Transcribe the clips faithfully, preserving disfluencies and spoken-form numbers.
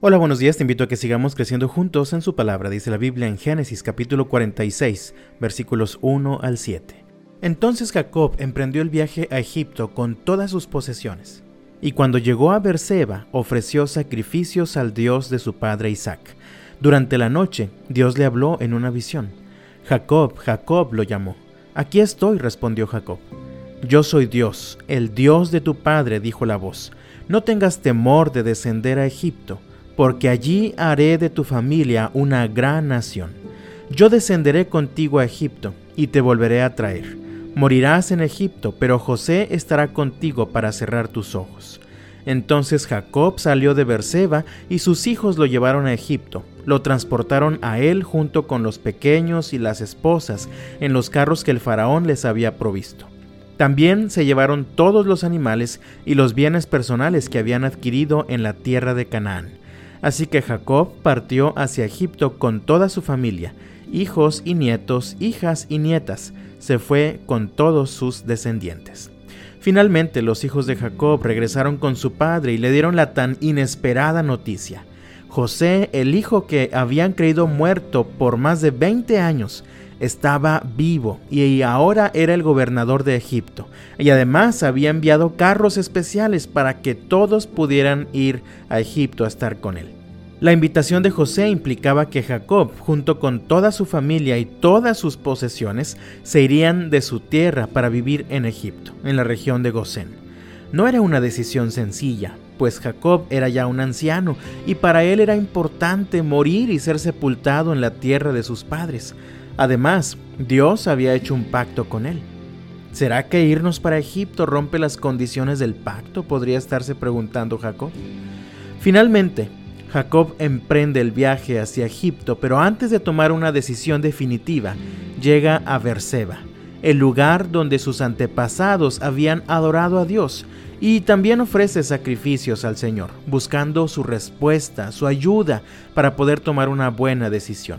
Hola, buenos días, te invito a que sigamos creciendo juntos en su palabra, dice la Biblia en Génesis capítulo cuarenta y seis, versículos uno al siete. Entonces Jacob emprendió el viaje a Egipto con todas sus posesiones, y cuando llegó a Beerseba ofreció sacrificios al Dios de su padre Isaac. Durante la noche Dios le habló en una visión. Jacob, Jacob lo llamó. Aquí estoy, respondió Jacob. Yo soy Dios, el Dios de tu padre, dijo la voz. No tengas temor de descender a Egipto, porque allí haré de tu familia una gran nación. Yo descenderé contigo a Egipto y te volveré a traer. Morirás en Egipto, pero José estará contigo para cerrar tus ojos. Entonces Jacob salió de Beerseba y sus hijos lo llevaron a Egipto. Lo transportaron a él junto con los pequeños y las esposas en los carros que el faraón les había provisto. También se llevaron todos los animales y los bienes personales que habían adquirido en la tierra de Canaán. Así que Jacob partió hacia Egipto con toda su familia, hijos y nietos, hijas y nietas. Se fue con todos sus descendientes. Finalmente los hijos de Jacob regresaron con su padre y le dieron la tan inesperada noticia. José, el hijo que habían creído muerto por más de veinte años, estaba vivo y ahora era el gobernador de Egipto. Y además había enviado carros especiales para que todos pudieran ir a Egipto a estar con él. La invitación de José implicaba que Jacob, junto con toda su familia y todas sus posesiones, se irían de su tierra para vivir en Egipto, en la región de Gosén. No era una decisión sencilla, pues Jacob era ya un anciano y para él era importante morir y ser sepultado en la tierra de sus padres. Además, Dios había hecho un pacto con él. ¿Será que irnos para Egipto rompe las condiciones del pacto?, podría estarse preguntando Jacob. Finalmente, Jacob emprende el viaje hacia Egipto, pero antes de tomar una decisión definitiva, llega a Beerseba, el lugar donde sus antepasados habían adorado a Dios, y también ofrece sacrificios al Señor, buscando su respuesta, su ayuda para poder tomar una buena decisión.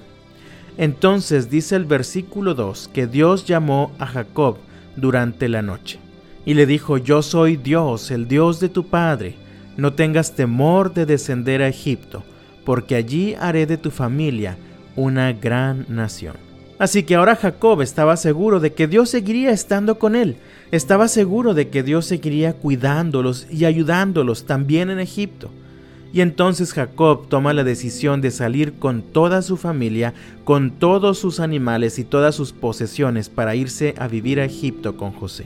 Entonces dice el versículo dos que Dios llamó a Jacob durante la noche y le dijo: Yo soy Dios, el Dios de tu padre. No tengas temor de descender a Egipto, porque allí haré de tu familia una gran nación. Así que ahora Jacob estaba seguro de que Dios seguiría estando con él. Estaba seguro de que Dios seguiría cuidándolos y ayudándolos también en Egipto. Y entonces Jacob toma la decisión de salir con toda su familia, con todos sus animales y todas sus posesiones para irse a vivir a Egipto con José.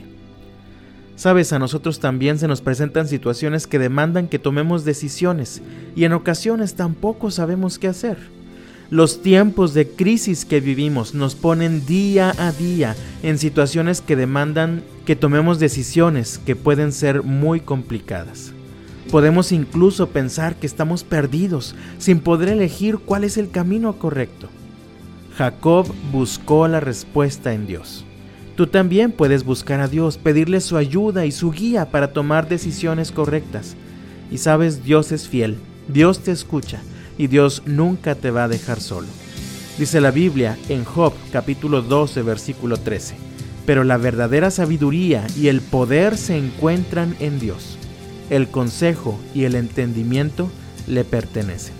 Sabes, a nosotros también se nos presentan situaciones que demandan que tomemos decisiones y en ocasiones tampoco sabemos qué hacer. Los tiempos de crisis que vivimos nos ponen día a día en situaciones que demandan que tomemos decisiones que pueden ser muy complicadas. Podemos incluso pensar que estamos perdidos, sin poder elegir cuál es el camino correcto. Jacob buscó la respuesta en Dios. Tú también puedes buscar a Dios, pedirle su ayuda y su guía para tomar decisiones correctas. Y sabes, Dios es fiel, Dios te escucha y Dios nunca te va a dejar solo. Dice la Biblia en Job capítulo doce versículo trece: Pero la verdadera sabiduría y el poder se encuentran en Dios. El consejo y el entendimiento le pertenecen.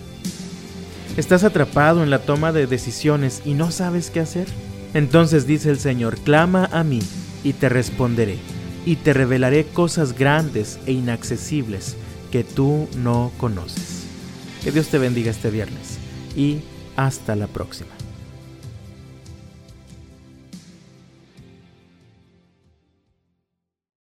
¿Estás atrapado en la toma de decisiones y no sabes qué hacer? Entonces dice el Señor: clama a mí y te responderé, y te revelaré cosas grandes e inaccesibles que tú no conoces. Que Dios te bendiga este viernes y hasta la próxima.